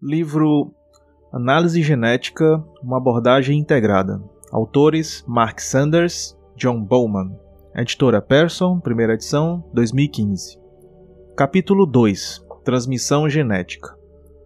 Livro Análise Genética, uma abordagem integrada. Autores Mark Sanders, John Bowman. Editora Pearson, primeira edição, 2015. Capítulo 2. Transmissão genética.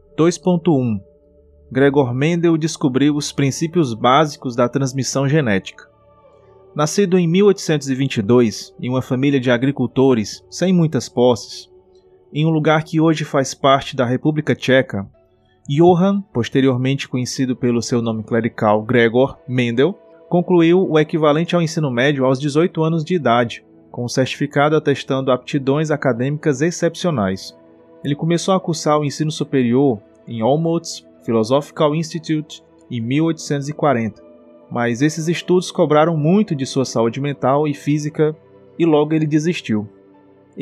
2.1. Gregor Mendel descobriu os princípios básicos da transmissão genética. Nascido em 1822, em uma família de agricultores sem muitas posses, em um lugar que hoje faz parte da República Tcheca, Johann, posteriormente conhecido pelo seu nome clerical Gregor Mendel, concluiu o equivalente ao ensino médio aos 18 anos de idade, com um certificado atestando aptidões acadêmicas excepcionais. Ele começou a cursar o ensino superior em Olmütz Philosophical Institute em 1840, mas esses estudos cobraram muito de sua saúde mental e física e logo ele desistiu. Em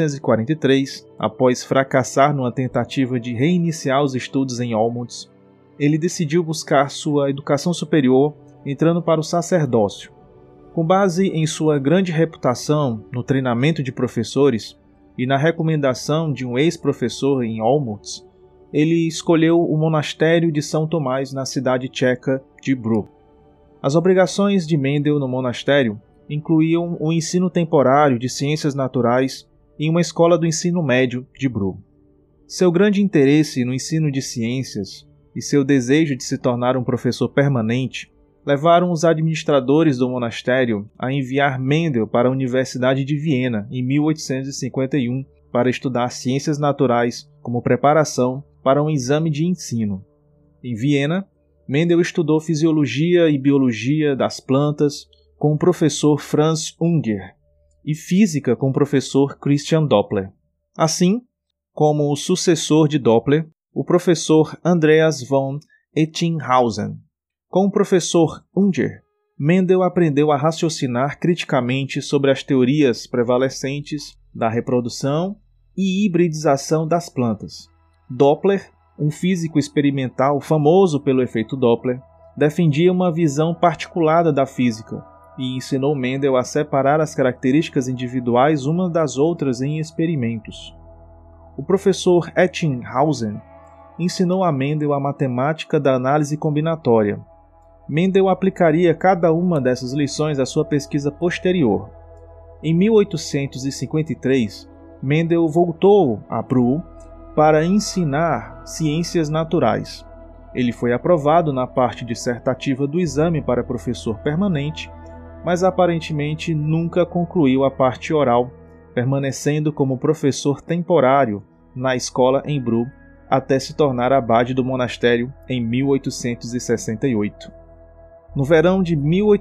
1843, após fracassar numa tentativa de reiniciar os estudos em Olmütz, ele decidiu buscar sua educação superior entrando para o sacerdócio. Com base em sua grande reputação no treinamento de professores e na recomendação de um ex-professor em Olmütz, ele escolheu o monastério de São Tomás na cidade tcheca de Brno. As obrigações de Mendel no monastério incluíam o ensino temporário de ciências naturais em uma escola do ensino médio de Brno. Seu grande interesse no ensino de ciências e seu desejo de se tornar um professor permanente levaram os administradores do monastério a enviar Mendel para a Universidade de Viena em 1851 para estudar ciências naturais como preparação para um exame de ensino. Em Viena, Mendel estudou fisiologia e biologia das plantas com o professor Franz Unger e física com o professor Christian Doppler. Assim como o sucessor de Doppler, o professor Andreas von Ettinghausen. Com o professor Unger, Mendel aprendeu a raciocinar criticamente sobre as teorias prevalecentes da reprodução e hibridização das plantas. Doppler, um físico experimental famoso pelo efeito Doppler, defendia uma visão particulada da física e ensinou Mendel a separar as características individuais umas das outras em experimentos. O professor Ettinghausen ensinou a Mendel a matemática da análise combinatória. Mendel aplicaria cada uma dessas lições à sua pesquisa posterior. Em 1853, Mendel voltou a Brno para ensinar ciências naturais. Ele foi aprovado na parte dissertativa do exame para professor permanente, mas aparentemente nunca concluiu a parte oral, permanecendo como professor temporário na escola em Brno até se tornar abade do monastério em 1868. No verão de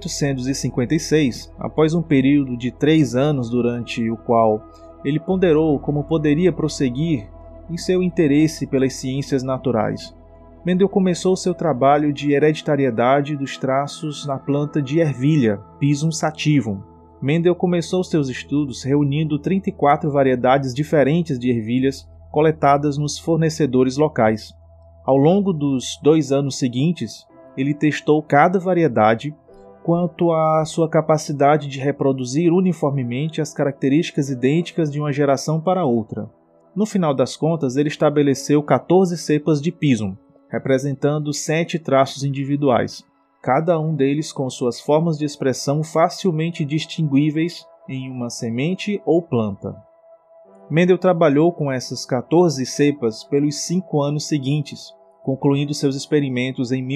1856, após um período de 3 anos durante o qual ele ponderou como poderia prosseguir em seu interesse pelas ciências naturais, Mendel começou seu trabalho de hereditariedade dos traços na planta de ervilha, Pisum sativum. Mendel começou seus estudos reunindo 34 variedades diferentes de ervilhas coletadas nos fornecedores locais. Ao longo dos 2 anos seguintes, ele testou cada variedade quanto à sua capacidade de reproduzir uniformemente as características idênticas de uma geração para outra. No final das contas, ele estabeleceu 14 cepas de Pisum, representando 7 traços individuais, cada um deles com suas formas de expressão facilmente distinguíveis em uma semente ou planta. Mendel trabalhou com essas 14 cepas pelos 5 anos seguintes, concluindo seus experimentos em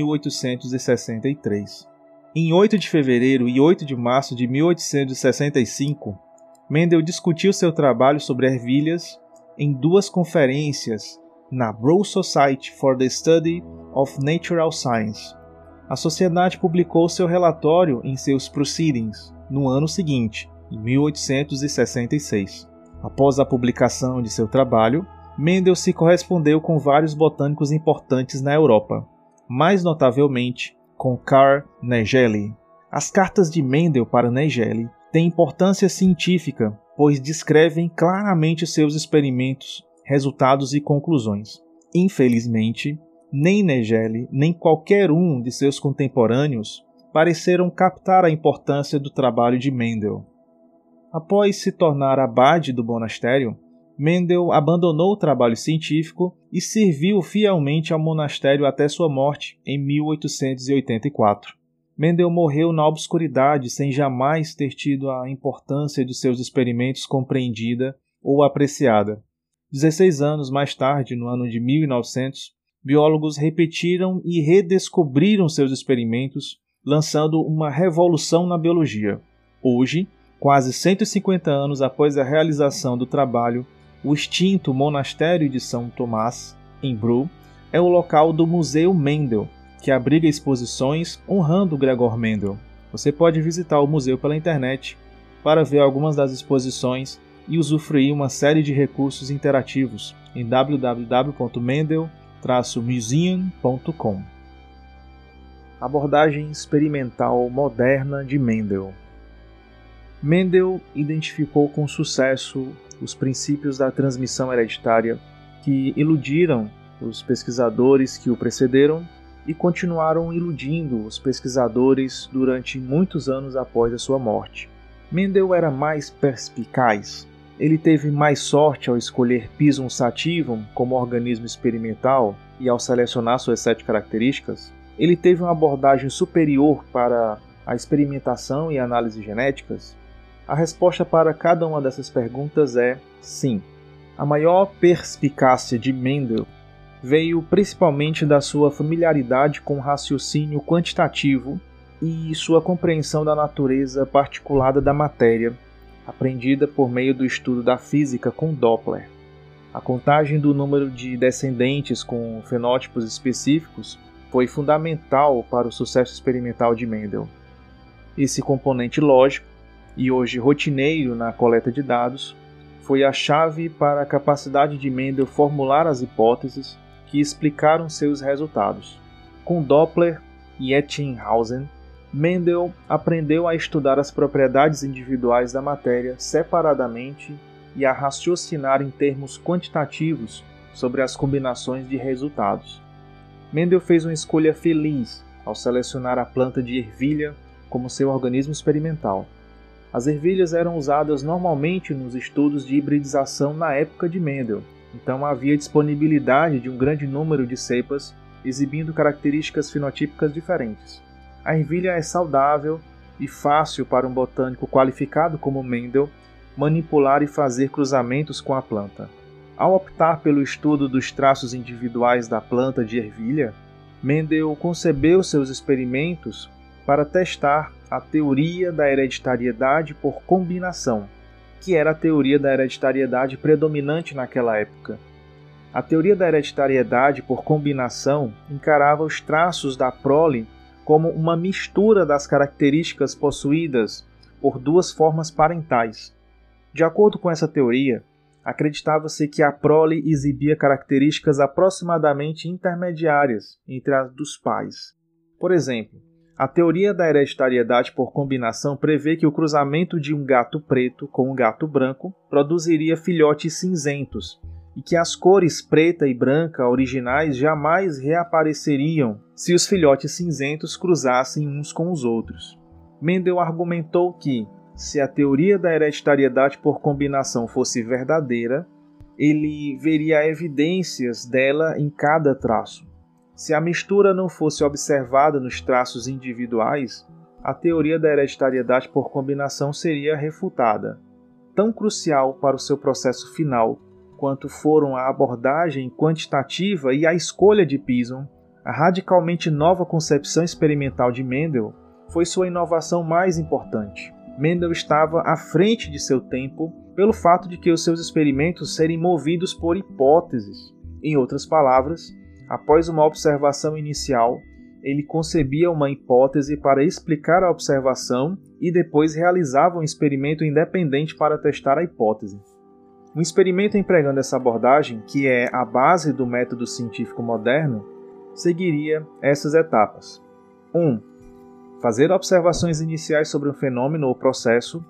1863. Em 8 de fevereiro e 8 de março de 1865, Mendel discutiu seu trabalho sobre ervilhas em 2 conferências na Royal Society for the Study of Natural Science. A sociedade publicou seu relatório em seus Proceedings no ano seguinte, em 1866. Após a publicação de seu trabalho, Mendel se correspondeu com vários botânicos importantes na Europa, mais notavelmente com Carl Nageli. As cartas de Mendel para Nageli têm importância científica, pois descrevem claramente seus experimentos, resultados e conclusões. Infelizmente, nem Nageli, nem qualquer um de seus contemporâneos pareceram captar a importância do trabalho de Mendel. Após se tornar abade do monastério, Mendel abandonou o trabalho científico e serviu fielmente ao monastério até sua morte em 1884. Mendel morreu na obscuridade sem jamais ter tido a importância de seus experimentos compreendida ou apreciada. 16 anos mais tarde, no ano de 1900, biólogos repetiram e redescobriram seus experimentos, lançando uma revolução na biologia. Hoje, quase 150 anos após a realização do trabalho, o extinto Monastério de São Tomás, em Bru, é o local do Museu Mendel, que abriga exposições honrando Gregor Mendel. Você pode visitar o museu pela internet para ver algumas das exposições e usufruir uma série de recursos interativos em www.mendel-museum.com. Abordagem experimental moderna de Mendel. Mendel identificou com sucesso os princípios da transmissão hereditária que iludiram os pesquisadores que o precederam e continuaram iludindo os pesquisadores durante muitos anos após a sua morte. Mendel era mais perspicaz. Ele teve mais sorte ao escolher Pisum sativum como organismo experimental e ao selecionar suas 7 características. Ele teve uma abordagem superior para a experimentação e análise genéticas. A resposta para cada uma dessas perguntas é sim. A maior perspicácia de Mendel veio principalmente da sua familiaridade com o raciocínio quantitativo e sua compreensão da natureza particulada da matéria, aprendida por meio do estudo da física com Doppler. A contagem do número de descendentes com fenótipos específicos foi fundamental para o sucesso experimental de Mendel. Esse componente lógico, e hoje rotineiro na coleta de dados, foi a chave para a capacidade de Mendel formular as hipóteses que explicaram seus resultados. Com Doppler e Etinghausen, Mendel aprendeu a estudar as propriedades individuais da matéria separadamente e a raciocinar em termos quantitativos sobre as combinações de resultados. Mendel fez uma escolha feliz ao selecionar a planta de ervilha como seu organismo experimental. As ervilhas eram usadas normalmente nos estudos de hibridização na época de Mendel, então havia disponibilidade de um grande número de cepas exibindo características fenotípicas diferentes. A ervilha é saudável e fácil para um botânico qualificado como Mendel manipular e fazer cruzamentos com a planta. Ao optar pelo estudo dos traços individuais da planta de ervilha, Mendel concebeu seus experimentos para testar a teoria da hereditariedade por combinação, que era a teoria da hereditariedade predominante naquela época. A teoria da hereditariedade por combinação encarava os traços da prole como uma mistura das características possuídas por 2 formas parentais. De acordo com essa teoria, acreditava-se que a prole exibia características aproximadamente intermediárias entre as dos pais. Por exemplo, a teoria da hereditariedade por combinação prevê que o cruzamento de um gato preto com um gato branco produziria filhotes cinzentos e que as cores preta e branca originais jamais reapareceriam se os filhotes cinzentos cruzassem uns com os outros. Mendel argumentou que, se a teoria da hereditariedade por combinação fosse verdadeira, ele veria evidências dela em cada traço. Se a mistura não fosse observada nos traços individuais, a teoria da hereditariedade por combinação seria refutada. Tão crucial para o seu processo final quanto foram a abordagem quantitativa e a escolha de Pisum, a radicalmente nova concepção experimental de Mendel foi sua inovação mais importante. Mendel estava à frente de seu tempo pelo fato de que os seus experimentos serem movidos por hipóteses. Em outras palavras, após uma observação inicial, ele concebia uma hipótese para explicar a observação e depois realizava um experimento independente para testar a hipótese. Um experimento empregando essa abordagem, que é a base do método científico moderno, seguiria essas etapas. 1. Fazer observações iniciais sobre um fenômeno ou processo.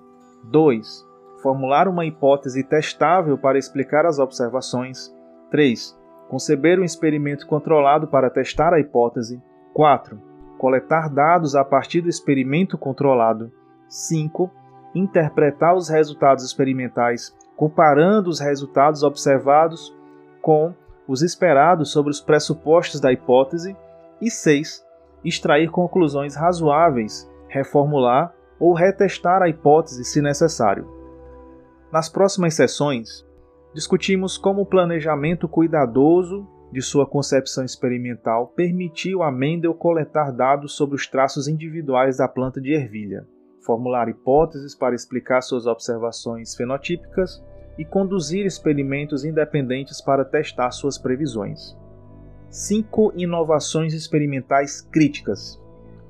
2. Formular uma hipótese testável para explicar as observações. 3. Conceber um experimento controlado para testar a hipótese. 4. Coletar dados a partir do experimento controlado. 5. Interpretar os resultados experimentais comparando os resultados observados com os esperados sobre os pressupostos da hipótese. E 6. Extrair conclusões razoáveis, reformular ou retestar a hipótese se necessário. Nas próximas sessões, discutimos como o planejamento cuidadoso de sua concepção experimental permitiu a Mendel coletar dados sobre os traços individuais da planta de ervilha, formular hipóteses para explicar suas observações fenotípicas e conduzir experimentos independentes para testar suas previsões. 5 inovações experimentais críticas.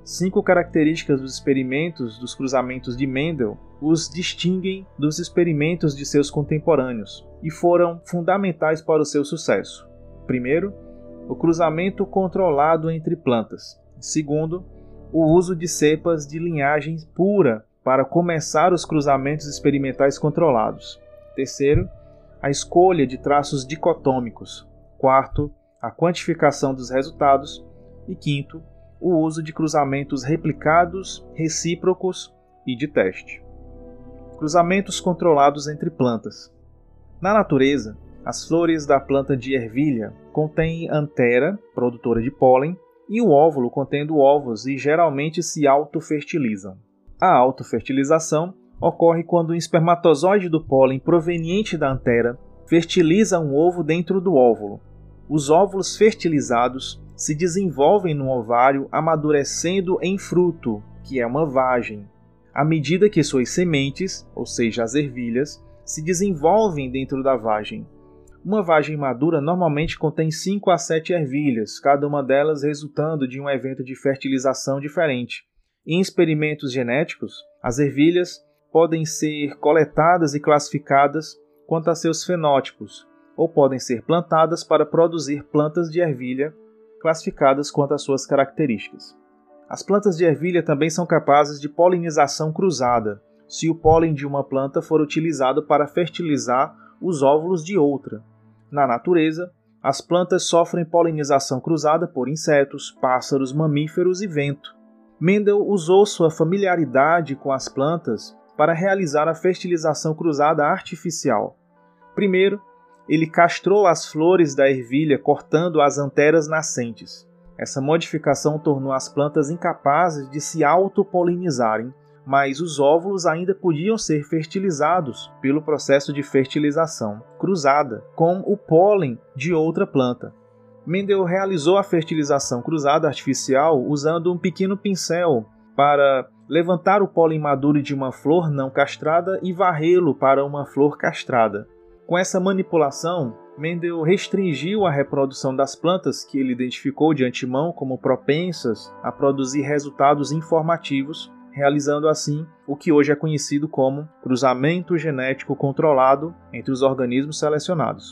5 características dos experimentos dos cruzamentos de Mendel os distinguem dos experimentos de seus contemporâneos e foram fundamentais para o seu sucesso. Primeiro, o cruzamento controlado entre plantas. Segundo, o uso de cepas de linhagem pura para começar os cruzamentos experimentais controlados. Terceiro, a escolha de traços dicotômicos. Quarto, a quantificação dos resultados. E quinto, o uso de cruzamentos replicados, recíprocos e de teste. Cruzamentos controlados entre plantas. Na natureza, as flores da planta de ervilha contêm antera, produtora de pólen, e o óvulo contendo ovos e geralmente se autofertilizam. A autofertilização ocorre quando um espermatozoide do pólen proveniente da antera fertiliza um ovo dentro do óvulo. Os óvulos fertilizados se desenvolvem no ovário, amadurecendo em fruto, que é uma vagem, à medida que suas sementes, ou seja, as ervilhas, se desenvolvem dentro da vagem. Uma vagem madura normalmente contém 5 a 7 ervilhas, cada uma delas resultando de um evento de fertilização diferente. Em experimentos genéticos, as ervilhas podem ser coletadas e classificadas quanto a seus fenótipos, ou podem ser plantadas para produzir plantas de ervilha classificadas quanto às suas características. As plantas de ervilha também são capazes de polinização cruzada, se o pólen de uma planta for utilizado para fertilizar os óvulos de outra. Na natureza, as plantas sofrem polinização cruzada por insetos, pássaros, mamíferos e vento. Mendel usou sua familiaridade com as plantas para realizar a fertilização cruzada artificial. Primeiro, ele castrou as flores da ervilha cortando as anteras nascentes. Essa modificação tornou as plantas incapazes de se autopolinizarem, mas os óvulos ainda podiam ser fertilizados pelo processo de fertilização cruzada com o pólen de outra planta. Mendel realizou a fertilização cruzada artificial usando um pequeno pincel para levantar o pólen maduro de uma flor não castrada e varrê-lo para uma flor castrada. Com essa manipulação, Mendel restringiu a reprodução das plantas que ele identificou de antemão como propensas a produzir resultados informativos, realizando assim o que hoje é conhecido como cruzamento genético controlado entre os organismos selecionados.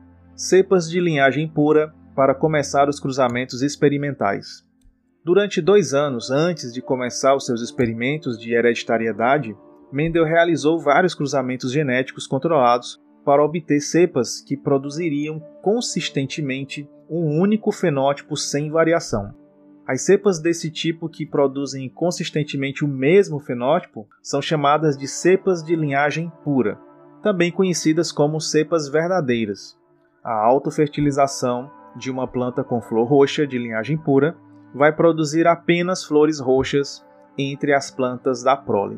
Cepas de linhagem pura para começar os cruzamentos experimentais. Durante 2 anos antes de começar os seus experimentos de hereditariedade, Mendel realizou vários cruzamentos genéticos controlados para obter cepas que produziriam consistentemente um único fenótipo sem variação. As cepas desse tipo que produzem consistentemente o mesmo fenótipo são chamadas de cepas de linhagem pura, também conhecidas como cepas verdadeiras. A autofertilização de uma planta com flor roxa de linhagem pura vai produzir apenas flores roxas entre as plantas da prole.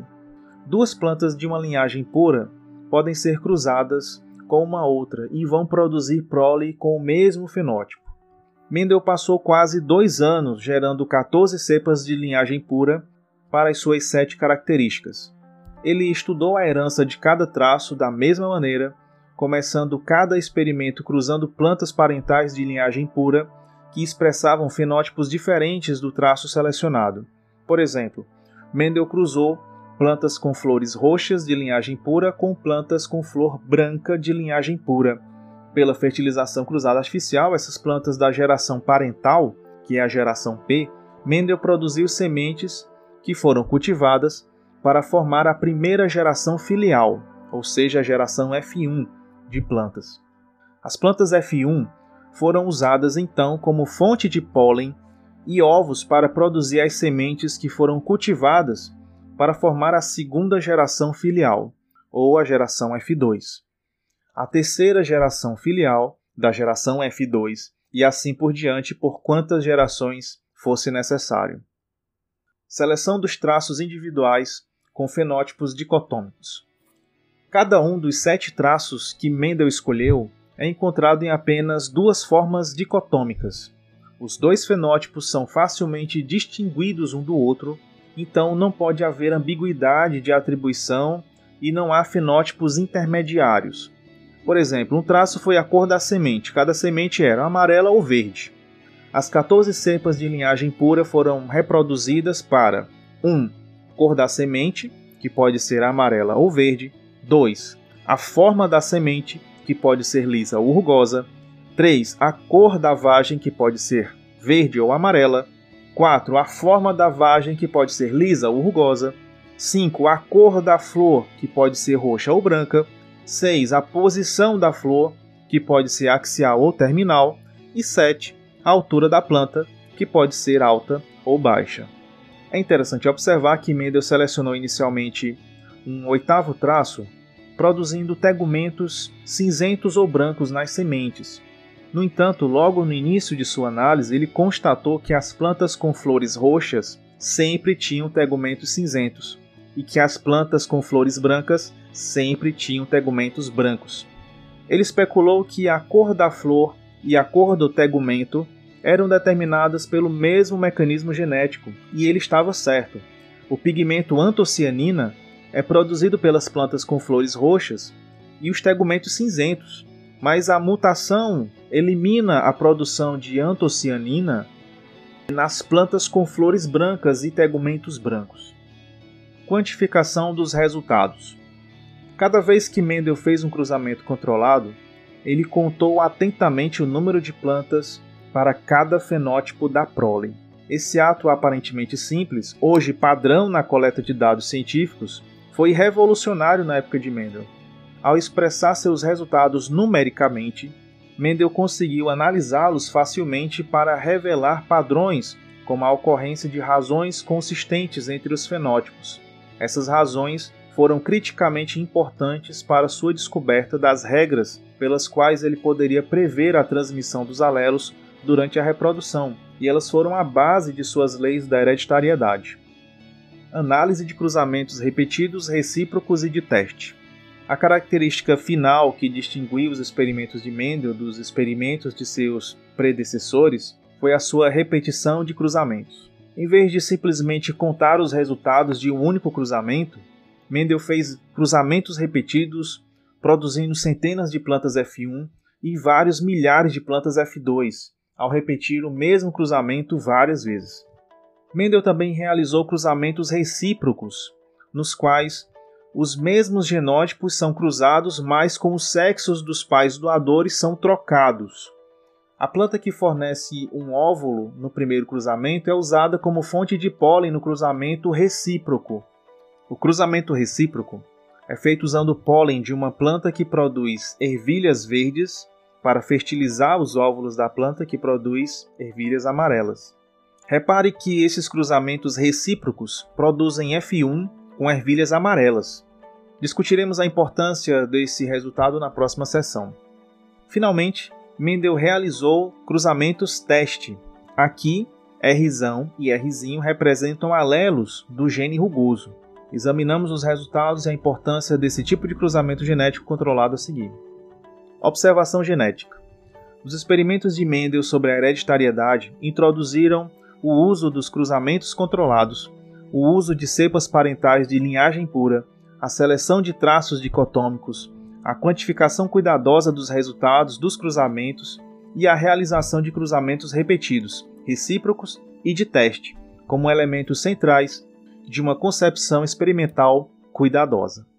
2 plantas de uma linhagem pura podem ser cruzadas com uma outra e vão produzir prole com o mesmo fenótipo. Mendel passou quase 2 anos gerando 14 cepas de linhagem pura para as suas 7 características. Ele estudou a herança de cada traço da mesma maneira, começando cada experimento cruzando plantas parentais de linhagem pura que expressavam fenótipos diferentes do traço selecionado. Por exemplo, Mendel cruzou plantas com flores roxas de linhagem pura com plantas com flor branca de linhagem pura. Pela fertilização cruzada artificial, essas plantas da geração parental, que é a geração P, Mendel produziu sementes que foram cultivadas para formar a primeira geração filial, ou seja, a geração F1 de plantas. As plantas F1 foram usadas então como fonte de pólen e ovos para produzir as sementes que foram cultivadas para formar a segunda geração filial, ou a geração F2. a terceira geração filial da geração F2 e assim por diante por quantas gerações fosse necessário. Seleção dos traços individuais com fenótipos dicotômicos. Cada um dos 7 traços que Mendel escolheu é encontrado em apenas 2 formas dicotômicas. Os 2 fenótipos são facilmente distinguidos um do outro, então não pode haver ambiguidade de atribuição e não há fenótipos intermediários. Por exemplo, um traço foi a cor da semente, cada semente era amarela ou verde. As 14 cepas de linhagem pura foram reproduzidas para 1. Cor da semente, que pode ser amarela ou verde. 2. A forma da semente, que pode ser lisa ou rugosa. 3. A cor da vagem, que pode ser verde ou amarela. 4. A forma da vagem, que pode ser lisa ou rugosa. 5. A cor da flor, que pode ser roxa ou branca. 6. A posição da flor, que pode ser axial ou terminal. E 7. A altura da planta, que pode ser alta ou baixa. É interessante observar que Mendel selecionou inicialmente um 8º traço, produzindo tegumentos cinzentos ou brancos nas sementes. No entanto, logo no início de sua análise, ele constatou que as plantas com flores roxas sempre tinham tegumentos cinzentos e que as plantas com flores brancas sempre tinham tegumentos brancos. Ele especulou que a cor da flor e a cor do tegumento eram determinadas pelo mesmo mecanismo genético, e ele estava certo. O pigmento antocianina é produzido pelas plantas com flores roxas e os tegumentos cinzentos, mas a mutação elimina a produção de antocianina nas plantas com flores brancas e tegumentos brancos. Quantificação dos resultados. Cada vez que Mendel fez um cruzamento controlado, ele contou atentamente o número de plantas para cada fenótipo da prole. Esse ato aparentemente simples, hoje padrão na coleta de dados científicos, foi revolucionário na época de Mendel. Ao expressar seus resultados numericamente, Mendel conseguiu analisá-los facilmente para revelar padrões, como a ocorrência de razões consistentes entre os fenótipos. Essas razões foram criticamente importantes para sua descoberta das regras pelas quais ele poderia prever a transmissão dos alelos durante a reprodução, e elas foram a base de suas leis da hereditariedade. Análise de cruzamentos repetidos, recíprocos e de teste. A característica final que distinguiu os experimentos de Mendel dos experimentos de seus predecessores foi a sua repetição de cruzamentos. Em vez de simplesmente contar os resultados de um único cruzamento, Mendel fez cruzamentos repetidos, produzindo centenas de plantas F1 e vários milhares de plantas F2, ao repetir o mesmo cruzamento várias vezes. Mendel também realizou cruzamentos recíprocos, nos quais os mesmos genótipos são cruzados, mas com os sexos dos pais doadores são trocados. A planta que fornece um óvulo no primeiro cruzamento é usada como fonte de pólen no cruzamento recíproco. O cruzamento recíproco é feito usando o pólen de uma planta que produz ervilhas verdes para fertilizar os óvulos da planta que produz ervilhas amarelas. Repare que esses cruzamentos recíprocos produzem F1 com ervilhas amarelas. Discutiremos a importância desse resultado na próxima sessão. Finalmente, Mendel realizou cruzamentos teste. Aqui, Rzão e Rzinho representam alelos do gene rugoso. Examinamos os resultados e a importância desse tipo de cruzamento genético controlado a seguir. Observação genética. Os experimentos de Mendel sobre a hereditariedade introduziram o uso dos cruzamentos controlados, o uso de cepas parentais de linhagem pura, a seleção de traços dicotômicos, a quantificação cuidadosa dos resultados dos cruzamentos e a realização de cruzamentos repetidos, recíprocos e de teste, como elementos centrais de uma concepção experimental cuidadosa.